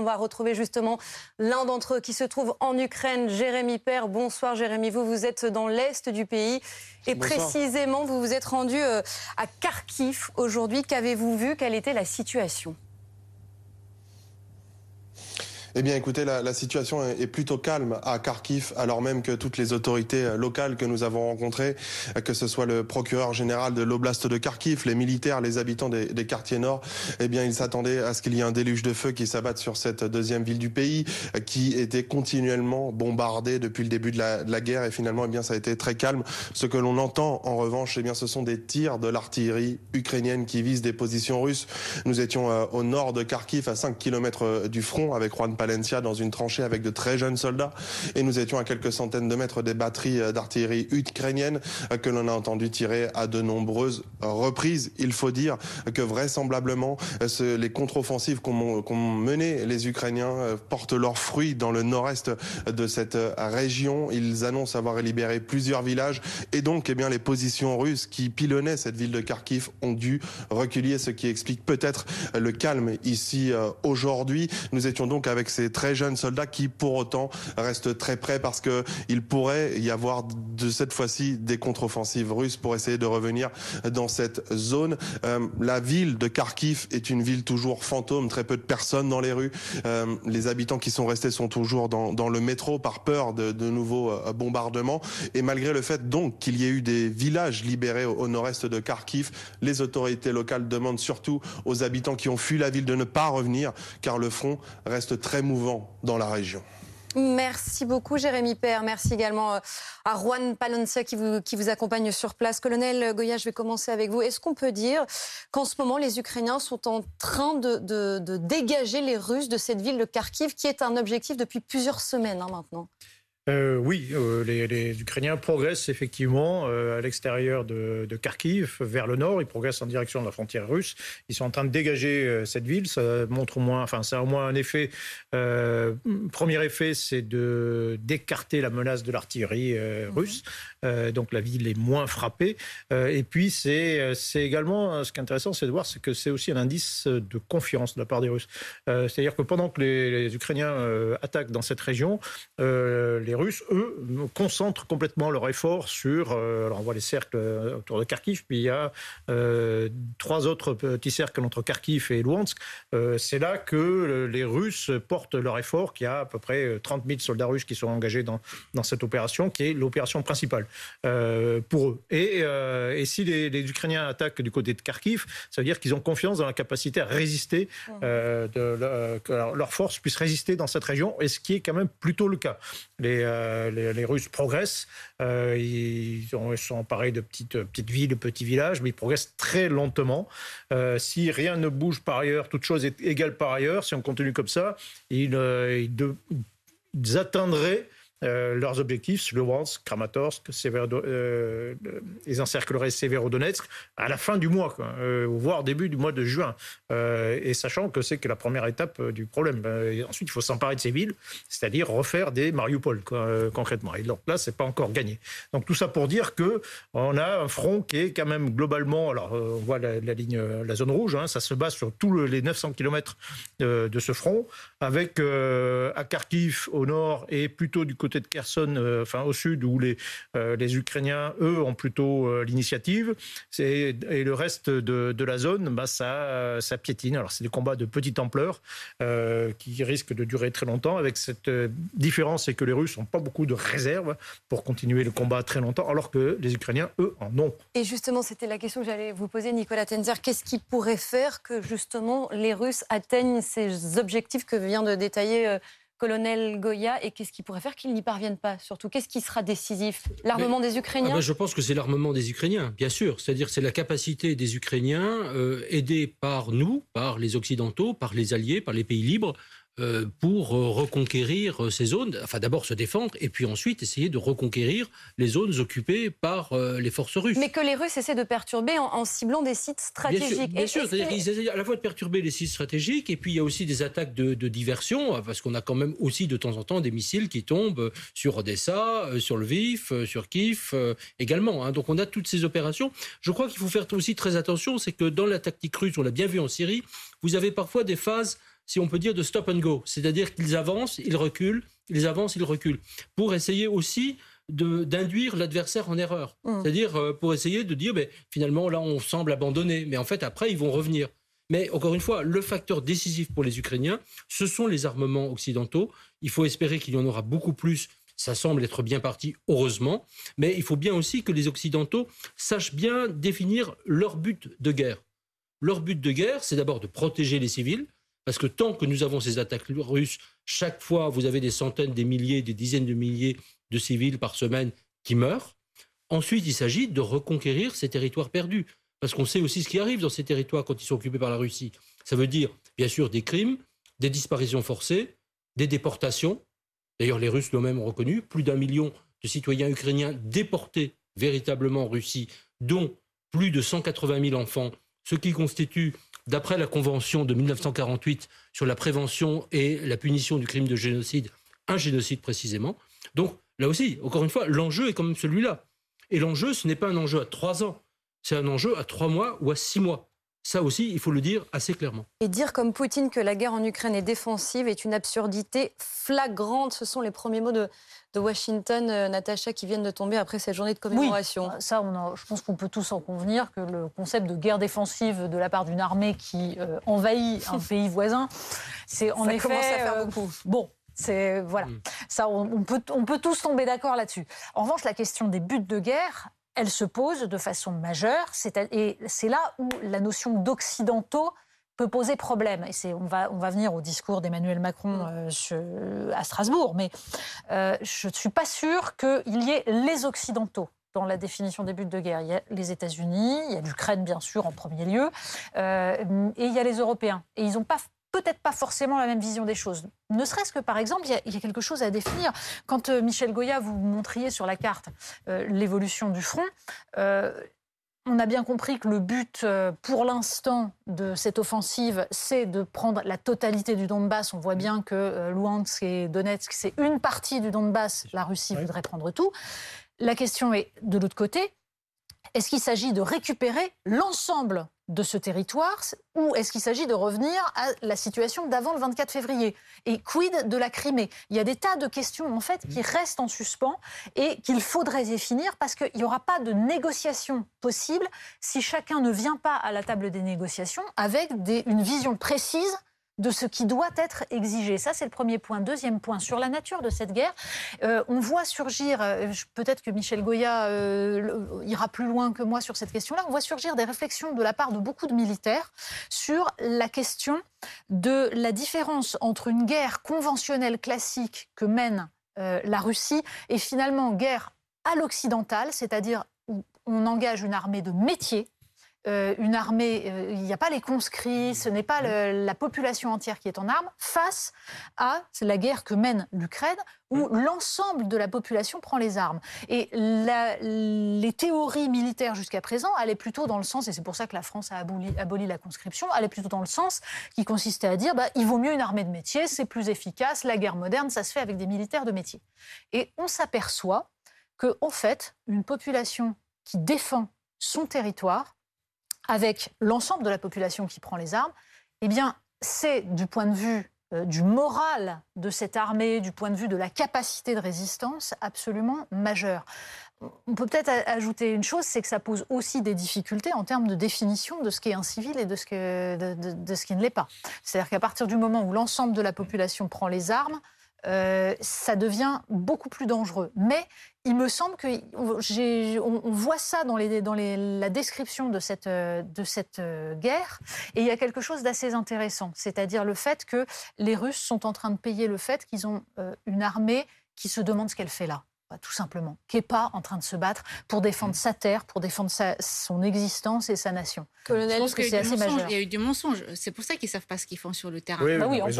va retrouver justement l'un d'entre eux qui se trouve en Ukraine, Jérémy Père. Bonsoir Jérémy, vous êtes dans l'est du pays et Bonsoir. précisément vous vous êtes rendu à Kharkiv aujourd'hui. Qu'avez-vous vu? Quelle était la situation? Eh bien, écoutez, la situation est plutôt calme à Kharkiv, alors même que toutes les autorités locales que nous avons rencontrées, que ce soit le procureur général de l'oblast de Kharkiv, les militaires, les habitants des quartiers nord, eh bien, ils s'attendaient à ce qu'il y ait un déluge de feu qui s'abatte sur cette deuxième ville du pays, qui était continuellement bombardée depuis le début de la guerre. Et finalement, eh bien, ça a été très calme. Ce que l'on entend, en revanche, eh bien, ce sont des tirs de l'artillerie ukrainienne qui visent des positions russes. Nous étions au nord de Kharkiv, à 5 km du front, avec Juan Palencia dans une tranchée avec de très jeunes soldats, et nous étions à quelques centaines de mètres des batteries d'artillerie ukrainienne que l'on a entendu tirer à de nombreuses reprises. Il faut dire que vraisemblablement les contre-offensives qu'ont menées les Ukrainiens portent leurs fruits dans le nord-est de cette région. Ils annoncent avoir libéré plusieurs villages, et donc eh bien, les positions russes qui pilonnaient cette ville de Kharkiv ont dû reculer, ce qui explique peut-être le calme ici aujourd'hui. Nous étions donc avec ces très jeunes soldats qui, pour autant, restent très près parce qu'il pourrait y avoir de cette fois-ci des contre-offensives russes pour essayer de revenir dans cette zone. La ville de Kharkiv est une ville toujours fantôme, très peu de personnes dans les rues. Les habitants qui sont restés sont toujours dans le métro par peur de nouveaux bombardements. Et malgré le fait donc qu'il y ait eu des villages libérés au nord-est de Kharkiv, les autorités locales demandent surtout aux habitants qui ont fui la ville de ne pas revenir, car le front reste très mouvant dans la région. Merci beaucoup Jérémy Père. Merci également à Juan Palencia qui vous accompagne sur place. Colonel Goya, je vais commencer avec vous. Est-ce qu'on peut dire qu'en ce moment, les Ukrainiens sont en train de dégager les Russes de cette ville de Kharkiv, qui est un objectif depuis plusieurs semaines maintenant? Oui, les Ukrainiens progressent effectivement à l'extérieur de Kharkiv, vers le nord. Ils progressent en direction de la frontière russe. Ils sont en train de dégager cette ville. Ça montre ça a au moins un effet. Premier effet, c'est d'écarter la menace de l'artillerie russe. Donc la ville est moins frappée. Et puis c'est également, ce qui est intéressant, c'est de voir que c'est aussi un indice de confiance de la part des Russes. C'est-à-dire que pendant que les Ukrainiens attaquent dans cette région, les Russes, eux, concentrent complètement leur effort sur... alors on voit les cercles autour de Kharkiv, puis il y a 3 autres petits cercles entre Kharkiv et Louhansk. C'est là que les Russes portent leur effort, qu'il y a à peu près 30 000 soldats russes qui sont engagés dans cette opération, qui est l'opération principale pour eux. Et si les Ukrainiens attaquent du côté de Kharkiv, ça veut dire qu'ils ont confiance dans la capacité à résister, que leurs forces puissent résister dans cette région, et ce qui est quand même plutôt le cas. Les Russes progressent, ils sont emparés de petites villes, de petits villages, mais ils progressent très lentement. Si rien ne bouge par ailleurs, toute chose est égale par ailleurs, si on continue comme ça, ils atteindraient leurs objectifs, Luhansk, Kramatorsk, ils encercleraient Severodonetsk à la fin du mois, voire début du mois de juin. Et sachant que c'est que la première étape du problème. Ensuite, il faut s'emparer de ces villes, c'est-à-dire refaire des Mariupol, concrètement. Et donc là, c'est pas encore gagné. Donc tout ça pour dire que on a un front qui est quand même globalement... Alors, on voit la zone rouge, ça se base sur tous les 900 km de ce front, avec à Kharkiv au nord et plutôt du côté de Kherson, au sud, où les Ukrainiens, eux, ont plutôt l'initiative. Et le reste de la zone, ça piétine. Alors, c'est des combats de petite ampleur qui risquent de durer très longtemps. Avec cette différence, c'est que les Russes n'ont pas beaucoup de réserves pour continuer le combat très longtemps, alors que les Ukrainiens, eux, en ont. Et justement, c'était la question que j'allais vous poser, Nicolas Tenzer. Qu'est-ce qui pourrait faire que, justement, les Russes atteignent ces objectifs que vient de détailler colonel Goya, et qu'est-ce qui pourrait faire qu'ils n'y parviennent pas? Surtout, qu'est-ce qui sera décisif? L'armement des Ukrainiens? Je pense que c'est l'armement des Ukrainiens, bien sûr. C'est-à-dire c'est la capacité des Ukrainiens, aidés par nous, par les Occidentaux, par les Alliés, par les pays libres, pour reconquérir ces zones, enfin d'abord se défendre et puis ensuite essayer de reconquérir les zones occupées par les forces russes. Mais que les Russes essaient de perturber en ciblant des sites stratégiques. Bien sûr, c'est-à-dire qu'ils essaient à la fois de perturber les sites stratégiques et puis il y a aussi des attaques de diversion, parce qu'on a quand même aussi de temps en temps des missiles qui tombent sur Odessa, sur Lviv, sur Kiev également. Donc on a toutes ces opérations. Je crois qu'il faut faire aussi très attention, c'est que dans la tactique russe, on l'a bien vu en Syrie, vous avez parfois des phases si on peut dire, de stop and go. C'est-à-dire qu'ils avancent, ils reculent, ils avancent, ils reculent. Pour essayer aussi d'induire l'adversaire en erreur. C'est-à-dire pour essayer de dire, finalement, là, on semble abandonner. Mais en fait, après, ils vont revenir. Mais encore une fois, le facteur décisif pour les Ukrainiens, ce sont les armements occidentaux. Il faut espérer qu'il y en aura beaucoup plus. Ça semble être bien parti, heureusement. Mais il faut bien aussi que les Occidentaux sachent bien définir leur but de guerre. Leur but de guerre, c'est d'abord de protéger les civils, parce que tant que nous avons ces attaques russes, chaque fois, vous avez des centaines, des milliers, des dizaines de milliers de civils par semaine qui meurent. Ensuite, il s'agit de reconquérir ces territoires perdus. Parce qu'on sait aussi ce qui arrive dans ces territoires quand ils sont occupés par la Russie. Ça veut dire, bien sûr, des crimes, des disparitions forcées, des déportations. D'ailleurs, les Russes eux-mêmes ont reconnu plus d'1 million de citoyens ukrainiens déportés véritablement en Russie, dont plus de 180 000 enfants, ce qui constitue, d'après la Convention de 1948 sur la prévention et la punition du crime de génocide, un génocide précisément. Donc, là aussi, encore une fois, l'enjeu est quand même celui-là. Et l'enjeu, ce n'est pas un enjeu à 3 ans. C'est un enjeu à 3 mois ou à 6 mois. Ça aussi, il faut le dire assez clairement. Et dire comme Poutine que la guerre en Ukraine est défensive est une absurdité flagrante. Ce sont les premiers mots de Washington, Natacha, qui viennent de tomber après cette journée de commémoration. Oui, ça, je pense qu'on peut tous en convenir que le concept de guerre défensive de la part d'une armée qui envahit un pays voisin, c'est en effet... Ça commence à faire beaucoup. Bon. Voilà. Ça, on peut tous tomber d'accord là-dessus. En revanche, la question des buts de guerre, elle se pose de façon majeure, et c'est là où la notion d'occidentaux peut poser problème. Et on va venir au discours d'Emmanuel Macron à Strasbourg, mais je ne suis pas sûre qu'il y ait les occidentaux dans la définition des buts de guerre. Il y a les États-Unis, il y a l'Ukraine bien sûr en premier lieu, et il y a les Européens. Et ils n'ont peut-être pas forcément la même vision des choses. Ne serait-ce que, par exemple, il y a quelque chose à définir. Quand Michel Goya, vous montriez sur la carte l'évolution du front, on a bien compris que le but, pour l'instant, de cette offensive, c'est de prendre la totalité du Donbass. On voit bien que Louhansk et Donetsk, c'est une partie du Donbass. La Russie voudrait prendre tout. La question est, de l'autre côté, est-ce qu'il s'agit de récupérer l'ensemble de ce territoire ou est-ce qu'il s'agit de revenir à la situation d'avant le 24 février? Et quid de la Crimée? Il y a des tas de questions en fait qui restent en suspens et qu'il faudrait définir parce qu'il n'y aura pas de négociation possible si chacun ne vient pas à la table des négociations avec une vision précise de ce qui doit être exigé. Ça, c'est le premier point. Deuxième point, sur la nature de cette guerre, on voit surgir, peut-être que Michel Goya ira plus loin que moi sur cette question-là, on voit surgir des réflexions de la part de beaucoup de militaires sur la question de la différence entre une guerre conventionnelle classique que mène la Russie et finalement guerre à l'occidentale, c'est-à-dire où on engage une armée de métier, une armée, il n'y a pas les conscrits, ce n'est pas la population entière qui est en armes, face à la guerre que mène l'Ukraine, où l'ensemble de la population prend les armes. Et les théories militaires jusqu'à présent allaient plutôt dans le sens, et c'est pour ça que la France a aboli la conscription, allaient plutôt dans le sens qui consistait à dire il vaut mieux une armée de métier, c'est plus efficace, la guerre moderne, ça se fait avec des militaires de métier. Et on s'aperçoit qu'en fait, une population qui défend son territoire, avec l'ensemble de la population qui prend les armes, eh bien, c'est du point de vue du moral de cette armée, du point de vue de la capacité de résistance, absolument majeur. On peut peut-être ajouter une chose, c'est que ça pose aussi des difficultés en termes de définition de ce qu'est un civil et de ce qui ne l'est pas. C'est-à-dire qu'à partir du moment où l'ensemble de la population prend les armes, ça devient beaucoup plus dangereux. Mais il me semble qu'on voit ça dans la description de cette guerre, et il y a quelque chose d'assez intéressant, c'est-à-dire le fait que les Russes sont en train de payer le fait qu'ils ont une armée qui se demande ce qu'elle fait là. Tout simplement, qui n'est pas en train de se battre pour défendre sa terre, pour défendre son existence et sa nation. Colonel, je pense que c'est assez majeur. Il y a eu du mensonge. C'est pour ça qu'ils ne savent pas ce qu'ils font sur le terrain.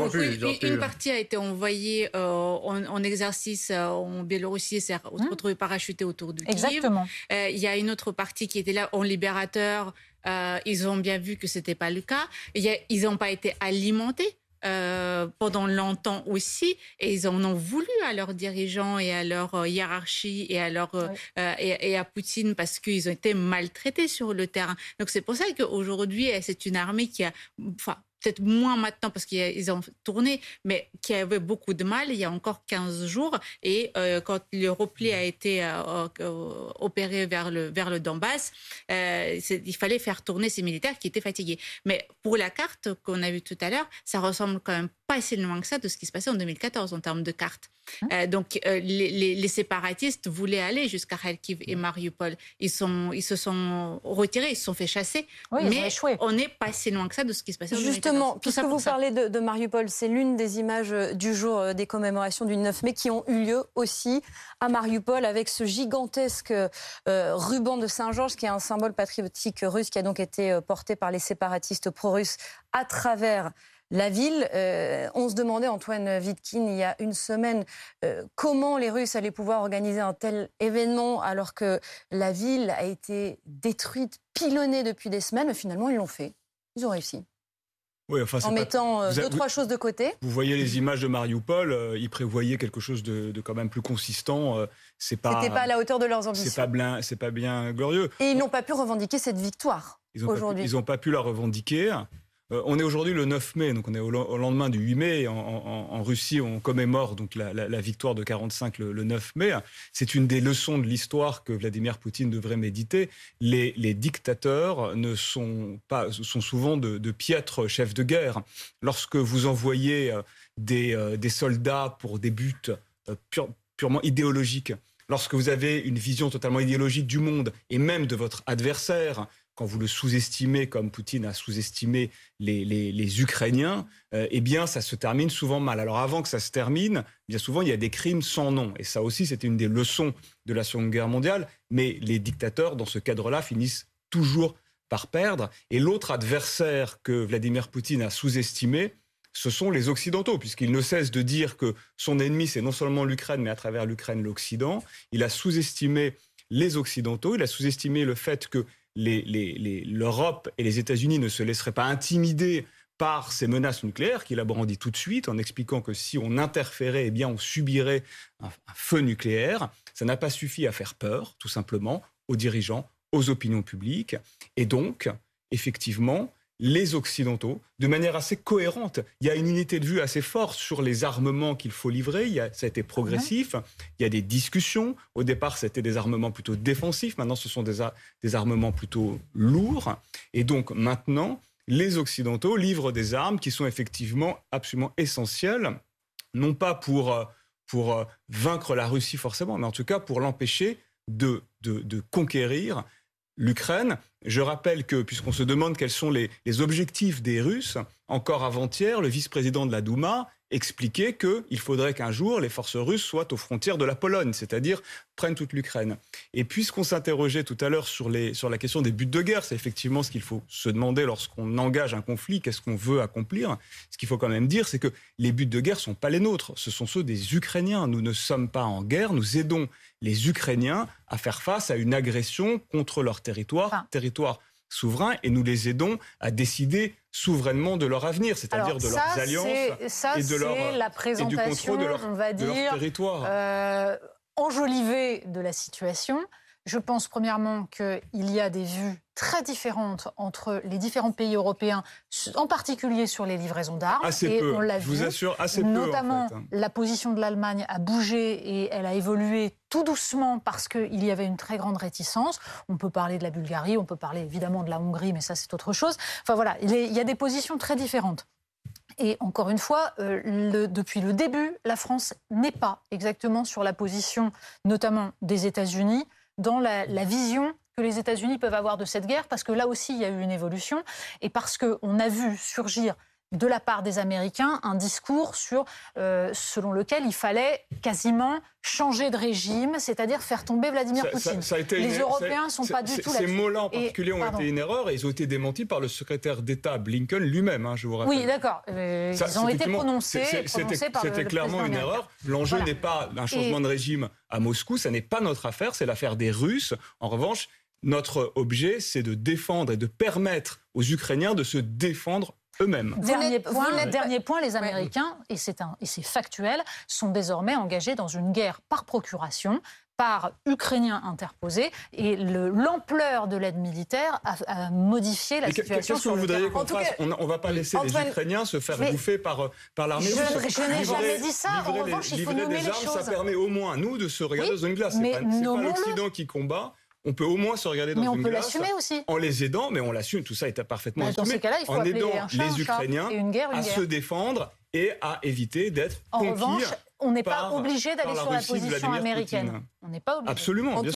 Une partie a été envoyée en exercice en Biélorussie, s'est retrouvée parachutée autour de Kiev. Exactement. Il y a une autre partie qui était là en libérateur. Ils ont bien vu que ce n'était pas le cas. Ils n'ont pas été alimentés. Pendant longtemps aussi, et ils en ont voulu à leurs dirigeants et à leur hiérarchie et à Poutine parce qu'ils ont été maltraités sur le terrain. Donc c'est pour ça qu'aujourd'hui c'est une armée qui a, peut-être moins maintenant parce qu'ils ont tourné, mais qui avait beaucoup de mal il y a encore 15 jours. Et quand le repli a été opéré vers le Donbass, il fallait faire tourner ces militaires qui étaient fatigués. Mais pour la carte qu'on a vue tout à l'heure, ça ressemble quand même pas si loin que ça de ce qui se passait en 2014 en termes de carte. Donc les séparatistes voulaient aller jusqu'à Kharkiv et Mariupol. Ils se sont retirés, ils se sont fait chasser. Oui, mais on n'est pas si loin que ça de ce qui se passait en 2014. Justement, puisque vous parlez de Mariupol, c'est l'une des images du jour des commémorations du 9 mai qui ont eu lieu aussi à Mariupol avec ce gigantesque ruban de Saint-Georges qui est un symbole patriotique russe qui a donc été porté par les séparatistes pro-russes à travers la ville. On se demandait, Antoine Wittkin, il y a une semaine, comment les Russes allaient pouvoir organiser un tel événement alors que la ville a été détruite, pilonnée depuis des semaines. Mais finalement, ils l'ont fait. Ils ont réussi. Oui, enfin, en mettant trois choses de côté. Vous voyez les images de Mariupol, ils prévoyaient quelque chose de quand même plus consistant. C'était pas à la hauteur de leurs ambitions. C'est pas bien glorieux. Et ils n'ont pas pu revendiquer cette victoire aujourd'hui. Ils n'ont pas pu la revendiquer. On est aujourd'hui le 9 mai, donc on est au lendemain du 8 mai. En Russie, on commémore donc la victoire de 45 le 9 mai. C'est une des leçons de l'histoire que Vladimir Poutine devrait méditer. Les dictateurs sont souvent de piètres chefs de guerre. Lorsque vous envoyez des soldats pour des buts purement idéologiques, lorsque vous avez une vision totalement idéologique du monde et même de votre adversaire, quand vous le sous-estimez, comme Poutine a sous-estimé les Ukrainiens, eh bien, ça se termine souvent mal. Alors, avant que ça se termine, bien souvent, il y a des crimes sans nom. Et ça aussi, c'était une des leçons de la Seconde Guerre mondiale. Mais les dictateurs, dans ce cadre-là, finissent toujours par perdre. Et l'autre adversaire que Vladimir Poutine a sous-estimé, ce sont les Occidentaux, puisqu'il ne cesse de dire que son ennemi, c'est non seulement l'Ukraine, mais à travers l'Ukraine, l'Occident. Il a sous-estimé les Occidentaux, il a sous-estimé le fait que l'Europe et les États-Unis ne se laisseraient pas intimider par ces menaces nucléaires qu'il a brandies tout de suite en expliquant que si on interférait, eh bien on subirait un feu nucléaire. Ça n'a pas suffi à faire peur, tout simplement, aux dirigeants, aux opinions publiques. Et donc, effectivement, les Occidentaux, de manière assez cohérente, il y a une unité de vue assez forte sur les armements qu'il faut livrer. Ça a été progressif. Il y a des discussions. Au départ, c'était des armements plutôt défensifs. Maintenant, ce sont des armements plutôt lourds. Et donc, maintenant, les Occidentaux livrent des armes qui sont effectivement absolument essentielles, non pas pour vaincre la Russie forcément, mais en tout cas pour l'empêcher de conquérir l'Ukraine. Je rappelle que, puisqu'on se demande quels sont les objectifs des Russes, encore avant-hier, le vice-président de la Douma expliquait qu'il faudrait qu'un jour, les forces russes soient aux frontières de la Pologne, c'est-à-dire prennent toute l'Ukraine. Et puisqu'on s'interrogeait tout à l'heure sur la question des buts de guerre, c'est effectivement ce qu'il faut se demander lorsqu'on engage un conflit, qu'est-ce qu'on veut accomplir. Ce qu'il faut quand même dire, c'est que les buts de guerre ne sont pas les nôtres, ce sont ceux des Ukrainiens. Nous ne sommes pas en guerre, nous aidons les Ukrainiens à faire face à une agression contre leur territoire souverain, et nous les aidons à décider souverainement de leur avenir, c'est-à-dire de leurs alliances et de la présentation, et du contrôle de leur territoire. Enjolivée de la situation. Je pense premièrement qu'il y a des vues très différentes entre les différents pays européens, en particulier sur les livraisons d'armes. Assez peu, on l'a je vous assure, assez notamment, peu. En fait. La position de l'Allemagne a bougé et elle a évolué tout doucement parce qu'il y avait une très grande réticence. On peut parler de la Bulgarie, on peut parler évidemment de la Hongrie, mais ça c'est autre chose. Enfin voilà, il y a des positions très différentes. Et encore une fois, depuis le début, la France n'est pas exactement sur la position, notamment des États-Unis, dans la vision que les États-Unis peuvent avoir de cette guerre, parce que là aussi, il y a eu une évolution, et parce qu'on a vu surgir de la part des Américains un discours selon lequel il fallait quasiment changer de régime, c'est-à-dire faire tomber Vladimir Poutine. Les Européens ne sont pas du tout là-dessus. Ces mots-là en particulier ont été une erreur et ils ont été démentis par le secrétaire d'État Blinken lui-même, je vous rappelle. Oui, d'accord. Ils ont été prononcés par le C'était clairement une erreur. L'enjeu n'est pas un changement de régime à Moscou, ça n'est pas notre affaire, c'est l'affaire des Russes. En revanche, notre objet, c'est de défendre et de permettre aux Ukrainiens de se défendre eux-mêmes. Dernier point, les Américains, et c'est factuel, sont désormais engagés dans une guerre par procuration, par Ukrainiens interposés, et l'ampleur de l'aide militaire a modifié la situation. Qu'est-ce que vous voudriez qu'on fasse? On ne va pas laisser les Ukrainiens se faire bouffer par l'armée russe. Je n'ai jamais dit ça. En revanche, il faut nommer les choses. Ça permet au moins, nous, de se regarder dans une glace. C'est pas l'Occident qui combat. On peut au moins se regarder dans une glace. Mais on peut l'assumer aussi. En les aidant, mais on l'assume. Tout ça est parfaitement assumé. Dans ces cas-là, il faut en aidant les Ukrainiens à se défendre et à éviter d'être conquis. En revanche, on n'est pas obligé d'aller sur la position américaine. On n'est pas obligé. Absolument, bien sûr.